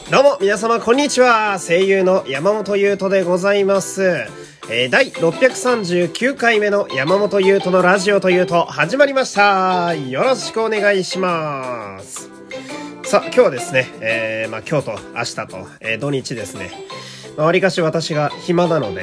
どうも皆様こんにちは。声優の山本優斗でございます。第639回目の山本優斗のラジオというと始まりました。よろしくお願いします。さあ今日はですね、今日と明日と、土日ですね。わりかし私が暇なので、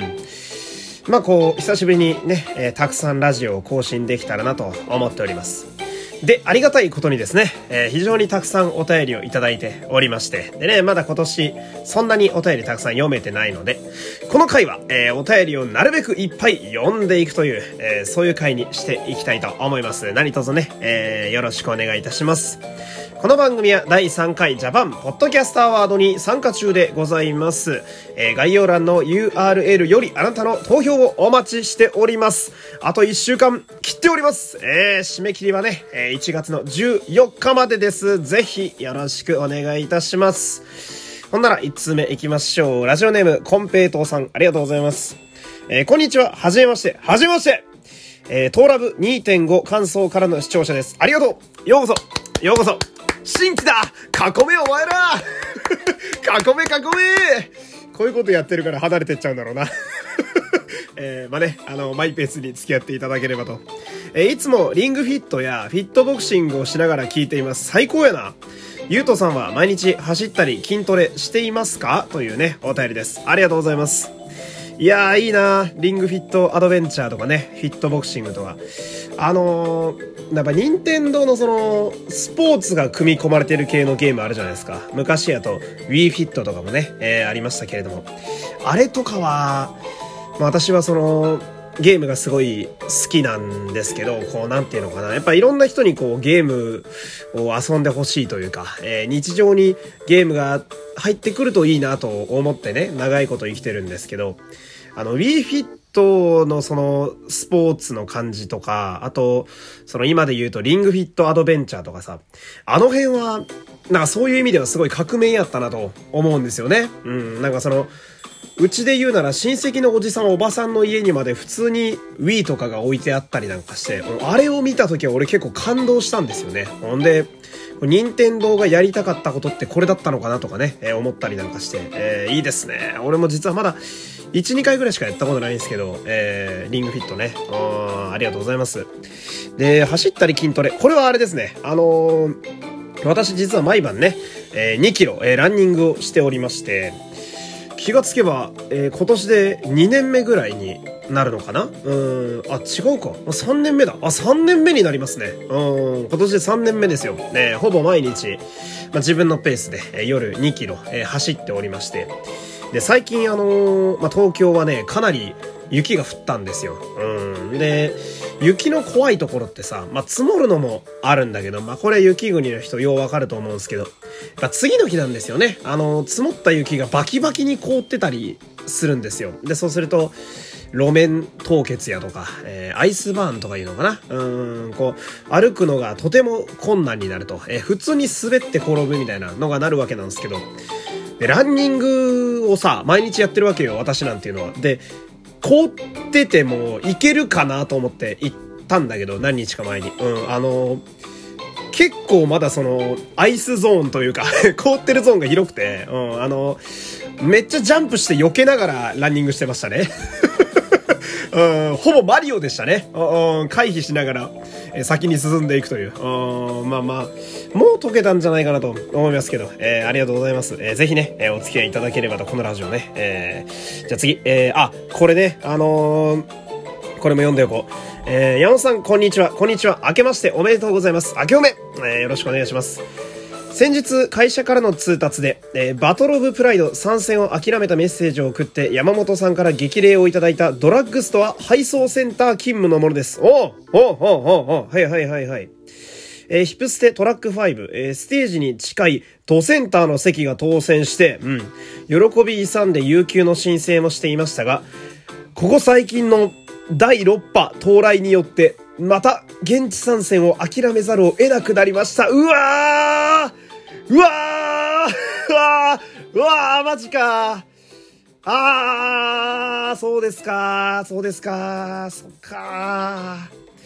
久しぶりにね、たくさんラジオを更新できたらなと思っております。で、ありがたいことにですね、非常にたくさんお便りをいただいておりまして、でね、まだ今年そんなにお便りたくさん読めてないので、この回は、お便りをなるべくいっぱい読んでいくという、そういう回にしていきたいと思います。何卒ね、よろしくお願いいたします。この番組は第3回ジャパンポッドキャストアワードに参加中でございます。概要欄の URL よりあなたの投票をお待ちしております。あと1週間切っております。締め切りはね、1月の14日までです。ぜひよろしくお願いいたします。ほんなら1通目いきましょう。ラジオネームコンペイトーさん、ありがとうございます。こんにちは。はじめまして。はじめまして。トーラブ 2.5 感想からの視聴者です。ありがとう。ようこそ。ようこそ。新規だ囲めお前ら囲めこういうことやってるから離れてっちゃうんだろうなマイペースに付き合っていただければと。いつもリングフィットやフィットボクシングをしながら聞いています。最高やな。ゆうとさんは毎日走ったり筋トレしていますかというね、お便りです。ありがとうございます。いやーいいな。リングフィットアドベンチャーとかね、フィットボクシングとか。やっぱ任天堂のそのスポーツが組み込まれてる系のゲームあるじゃないですか。昔やと Wii フィットとかもね、ありましたけれども、あれとかは、私はそのゲームがすごい好きなんですけど、こうなんていうのかな、やっぱいろんな人にこうゲームを遊んでほしいというか、日常にゲームが入ってくるといいなと思ってね、長いこと生きてるんですけど、Wii フィットのそのスポーツの感じとか、あとその今で言うとリングフィットアドベンチャーとかさ、あの辺はなんかそういう意味ではすごい革命やったなと思うんですよね。なんかそのうちで言うなら親戚のおじさんおばさんの家にまで普通に Wii とかが置いてあったりなんかして、あれを見た時は俺結構感動したんですよね。ほんで任天堂がやりたかったことってこれだったのかなとかね、思ったりなんかして、いいですね。俺も実はまだ 1,2 回ぐらいしかやったことないんですけど、リングフィットね、ありがとうございます。で、走ったり筋トレ、これはあれですね、私実は毎晩ね、2キロ、ランニングをしておりまして、気がつけば、今年で2年目ぐらいになるのかな。違うか。3年目だ。3年目になりますね。今年で3年目ですよ。ほぼ毎日、自分のペースで、夜2キロ、走っておりまして。で、最近東京はね、かなり雪が降ったんですよ。で、雪の怖いところってさ、積もるのもあるんだけど、これ雪国の人ようわかると思うんですけど、次の日なんですよね。積もった雪がバキバキに凍ってたりするんですよ。で、そうすると、路面凍結やとか、アイスバーンとかいうのかな。歩くのがとても困難になると。普通に滑って転ぶみたいなのがなるわけなんですけど、で、ランニングをさ、毎日やってるわけよ、私なんていうのは。で、凍っててもいけるかなと思って行ったんだけど、何日か前に。結構まだその、アイスゾーンというか、凍ってるゾーンが広くて、めっちゃジャンプして避けながらランニングしてましたね。ほぼマリオでしたね。回避しながら、先に進んでいくという。もう解けたんじゃないかなと思いますけど、ありがとうございます。ぜひね、お付き合いいただければと、このラジオね。じゃあ次、これね、これも読んでおこう。山本さん、こんにちは。こんにちは。明けましておめでとうございます。明けおめ、よろしくお願いします。先日会社からの通達で、バトルオブプライド参戦を諦めたメッセージを送って山本さんから激励をいただいたドラッグストア配送センター勤務のものです。はい。ヒプステトラック5、ステージに近いドセンターの席が当選して、喜び勇んで有給の申請もしていましたが、ここ最近の第6波到来によってまた現地参戦を諦めざるを得なくなりました。うわーマジか。そうですか。そっか。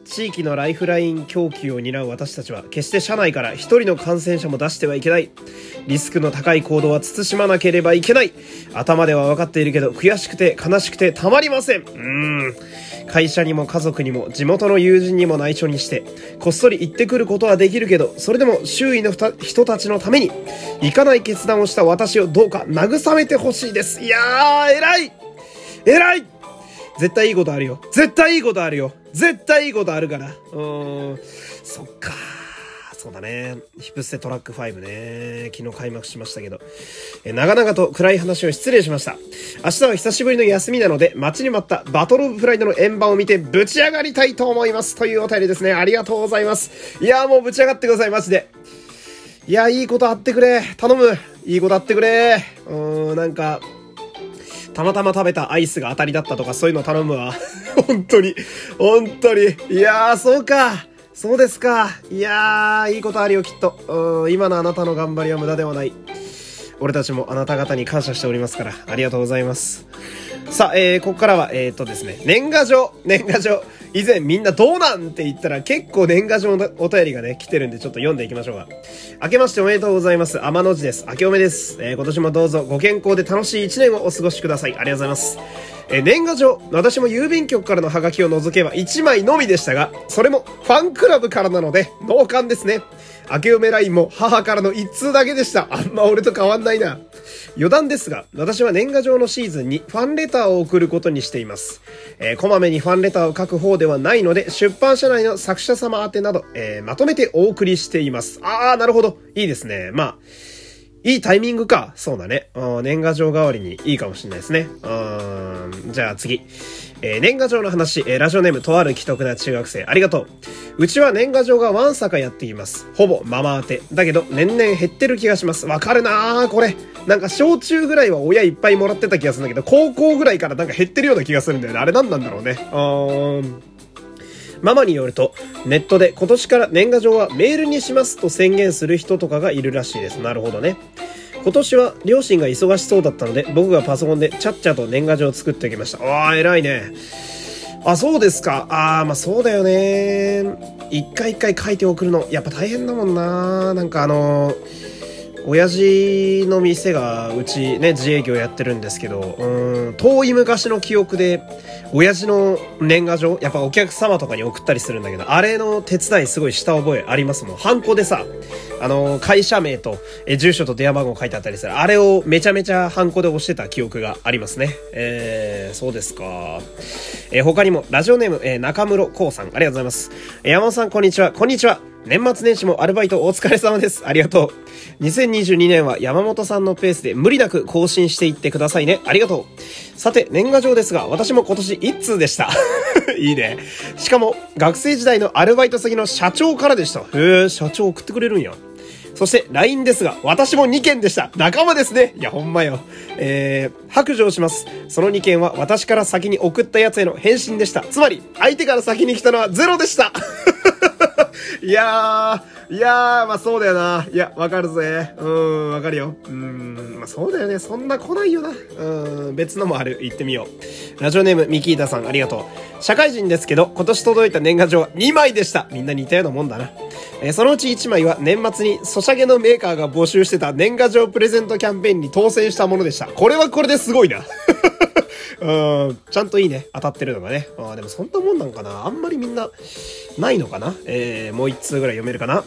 地域のライフライン供給を担う私たちは決して社内から一人の感染者も出してはいけない。リスクの高い行動は慎まなければいけない。頭では分かっているけど悔しくて悲しくてたまりません。会社にも家族にも地元の友人にも内緒にしてこっそり行ってくることはできるけど、それでも周囲の人たちのために行かない決断をした私をどうか慰めてほしいです。いやー、偉い絶対いいことあるよ。絶対いいことあるから。そっか。そうだね。ヒプステトラック5ね。昨日開幕しましたけど。長々と暗い話を失礼しました。明日は久しぶりの休みなので、待ちに待ったバトルオブプライドの円盤を見てぶち上がりたいと思います。というお便りですね。ありがとうございます。いやー、もうぶち上がってください、マジで。いやー、いいことあってくれ。頼む。いいことあってくれ。なんか、たまたま食べたアイスが当たりだったとかそういうの頼むわ。本当に。いやー、そうですか。いやー、いいことあるよ、きっと。今のあなたの頑張りは無駄ではない。俺たちもあなた方に感謝しておりますから、ありがとうございます。さあ、ここからは、ですね、年賀状。以前みんなどうなんって言ったら結構年賀状のお便りがね、来てるんでちょっと読んでいきましょうか。明けましておめでとうございます。天の字です。明けおめです。今年もどうぞご健康で楽しい一年をお過ごしください。ありがとうございます。年賀状、私も郵便局からのハガキを除けば1枚のみでしたが、それもファンクラブからなので、同感ですね。明けおめラインも母からの一通だけでした。あんま俺と変わんないな。余談ですが、私は年賀状のシーズンにファンレターを送ることにしています。こまめにファンレターを書く方ではないので、出版社内の作者様宛てなど、まとめてお送りしています。なるほど。いいですね。まあ、いいタイミングか。そうだね。年賀状代わりにいいかもしれないですね。じゃあ次。年賀状の話、ラジオネームとある既得な中学生、ありがとう。うちは年賀状がわんさかやっています。ほぼママ宛て。だけど年々減ってる気がします。わかるなー、これ。なんか小中ぐらいは親いっぱいもらってた気がするんだけど、高校ぐらいからなんか減ってるような気がするんだよね。あれなんなんだろうね。ママによると、ネットで今年から年賀状はメールにしますと宣言する人とかがいるらしいです。なるほどね。今年は両親が忙しそうだったので、僕がパソコンでちゃっちゃと年賀状を作っておきました。偉いね。そうですか。まあそうだよね。一回書いて送るの、やっぱ大変だもんな。なんか親父の店がうちね自営業やってるんですけど、遠い昔の記憶で親父の年賀状やっぱお客様とかに送ったりするんだけど、あれの手伝いすごいした覚えありますもん。ハンコでさ、会社名と住所と電話番号書いてあったりする、あれをめちゃめちゃハンコで押してた記憶がありますね。そうですか。他にもラジオネーム、中室光さん、ありがとうございます。山本さん、こんにちは。年末年始もアルバイトお疲れ様です。ありがとう。2022年は山本さんのペースで無理なく更新していってくださいね。ありがとう。さて、年賀状ですが、私も今年1通でした。いいね。しかも、学生時代のアルバイト先の社長からでした。社長送ってくれるんや。そして LINE ですが、私も2件でした。仲間ですね。いや、ほんまよ。白状します。その2件は私から先に送ったやつへの返信でした。つまり、相手から先に来たのは0でした。いやー、まあそうだよな。いや、わかるぜ。わかるよ。まあそうだよね。そんな来ないよな。別のもある。行ってみよう。ラジオネーム、ミキータさん、ありがとう。社会人ですけど、今年届いた年賀状は2枚でした。みんな似たようなもんだな。そのうち1枚は年末にソシャゲのメーカーが募集してた年賀状プレゼントキャンペーンに当選したものでした。これはこれですごいな。ちゃんといいね。当たってるのがね。でもそんなもんなんかな。あんまりみんな、ないのかな。もう一通ぐらい読めるかな。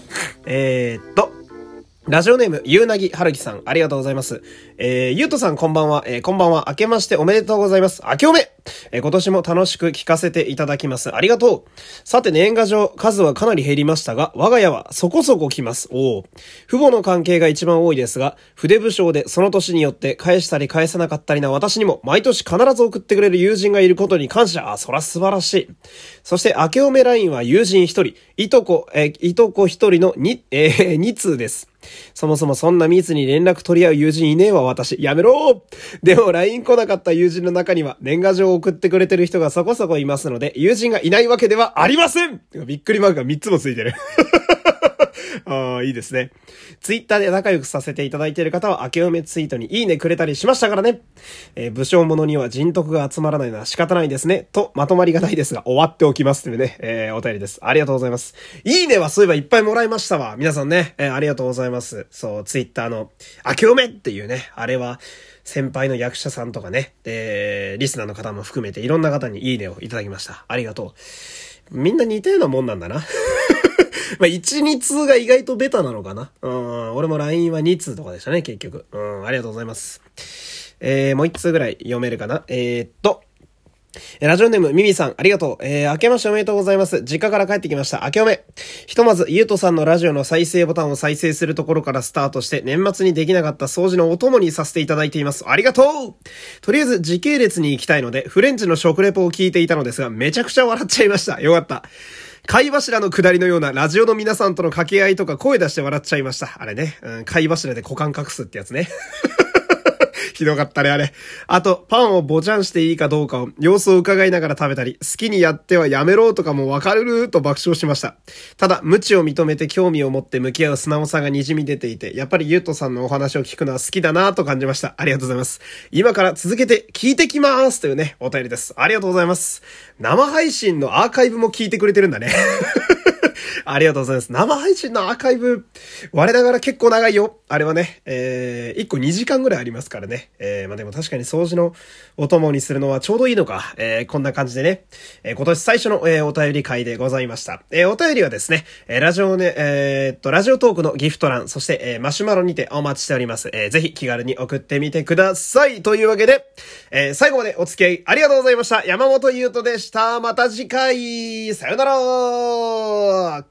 ラジオネーム、ゆうなぎはるきさん、ありがとうございます。ゆうとさん、こんばんは。こんばんは。明けましておめでとうございます。明けおめ。今年も楽しく聞かせていただきます。ありがとう。さて、年賀状、数はかなり減りましたが、我が家はそこそこ来ます。父母の関係が一番多いですが、筆不詳でその年によって返したり返さなかったりな私にも、毎年必ず送ってくれる友人がいることに感謝。そら素晴らしい。そして、明けおめラインは友人一人、いとこ一人の2通です。そもそもそんな密に連絡取り合う友人いねえわ、私。やめろ。でも LINE 来なかった友人の中には年賀状を送ってくれてる人がそこそこいますので、友人がいないわけではありません。びっくりマークが3つもついてる。 いいですね。ツイッターで仲良くさせていただいている方は、明けおめツイートにいいねくれたりしましたからね。武将者には人徳が集まらないのは仕方ないですね。と、まとまりがないですが、終わっておきますというね、お便りです。ありがとうございます。いいねはそういえばいっぱいもらいましたわ。皆さんね、ありがとうございます。そう、ツイッターの、明けおめっていうね、あれは、先輩の役者さんとかね、リスナーの方も含めていろんな方にいいねをいただきました。ありがとう。みんな似たようなもんなんだな。まあ、1、2通が意外とベタなのかな。俺も LINE は2通とかでしたね、結局。ありがとうございます。もう1通ぐらい読めるかな。ラジオネームミミさん、ありがとう。明けましておめでとうございます。実家から帰ってきました。明けおめ。ひとまず、ゆうとさんのラジオの再生ボタンを再生するところからスタートして、年末にできなかった掃除のお供にさせていただいています。ありがとう。とりあえず、時系列に行きたいので、フレンチの食レポを聞いていたのですが、めちゃくちゃ笑っちゃいました。よかった。貝柱の下りのようなラジオの皆さんとの掛け合いとか声出して笑っちゃいました。あれね。貝柱で股間隠すってやつね。ひどかったね、あれ。あと、パンをボチャンしていいかどうかを様子を伺いながら食べたり、好きにやってはやめろとかもわかると爆笑しました。ただ、無知を認めて興味を持って向き合う素直さが滲み出ていて、やっぱりゆうとさんのお話を聞くのは好きだなと感じました。ありがとうございます。今から続けて聞いてきますというね、お便りです。ありがとうございます。生配信のアーカイブも聞いてくれてるんだね。ありがとうございます。生配信のアーカイブ、我ながら結構長いよ。あれはね、1個2時間ぐらいありますからね。まあ、でも確かに掃除のお供にするのはちょうどいいのか。こんな感じでね、今年最初の、お便り会でございました。お便りはですね、ラジオトークのギフト欄、そして、マシュマロにてお待ちしております。ぜひ気軽に送ってみてください。というわけで、最後までお付き合いありがとうございました。山本優斗でした。また次回、さよなら。